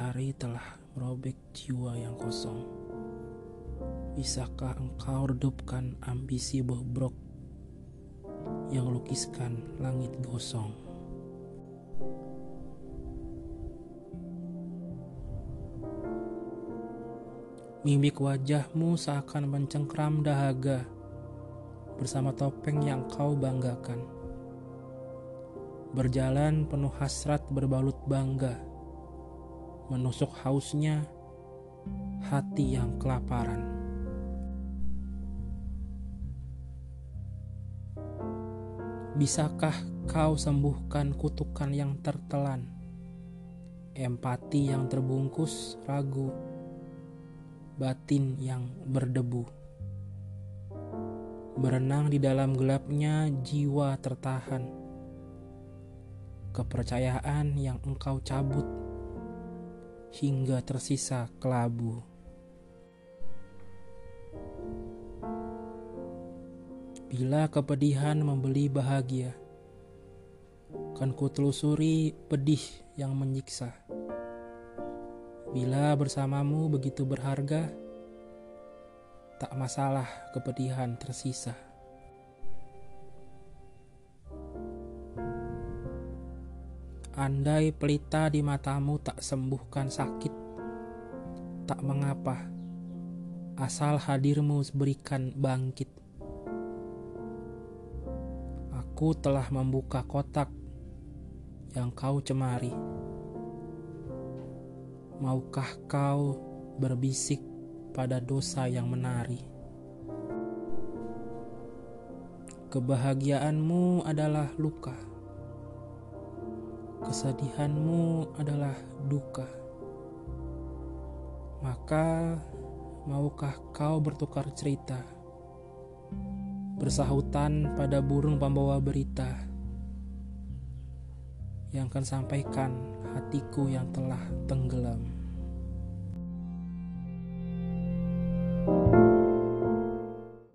hari telah merobek jiwa yang kosong. Bisakah engkau redupkan ambisi bobrok yang lukiskan langit gosong? Mimik wajahmu seakan mencengkram dahaga bersama topeng yang kau banggakan. Berjalan penuh hasrat berbalut bangga, menusuk hausnya hati yang kelaparan. Bisakah kau sembuhkan kutukan yang tertelan, empati yang terbungkus ragu, batin yang berdebu? Berenang di dalam gelapnya jiwa tertahan, kepercayaan yang engkau cabut hingga tersisa kelabu. Bila kepedihan membeli bahagia, kan ku telusuri pedih yang menyiksa. Bila bersamamu begitu berharga, tak masalah kepedihan tersisa. Andai pelita di matamu tak sembuhkan sakit, tak mengapa, asal hadirmu berikan bangkit. Aku telah membuka kotak yang kau cemari. Maukah kau berbisik pada dosa yang menari? Kebahagiaanmu adalah luka, kesedihanmu adalah duka. Maka maukah kau bertukar cerita, bersahutan pada burung pembawa berita yang akan sampaikan hatiku yang telah tenggelam?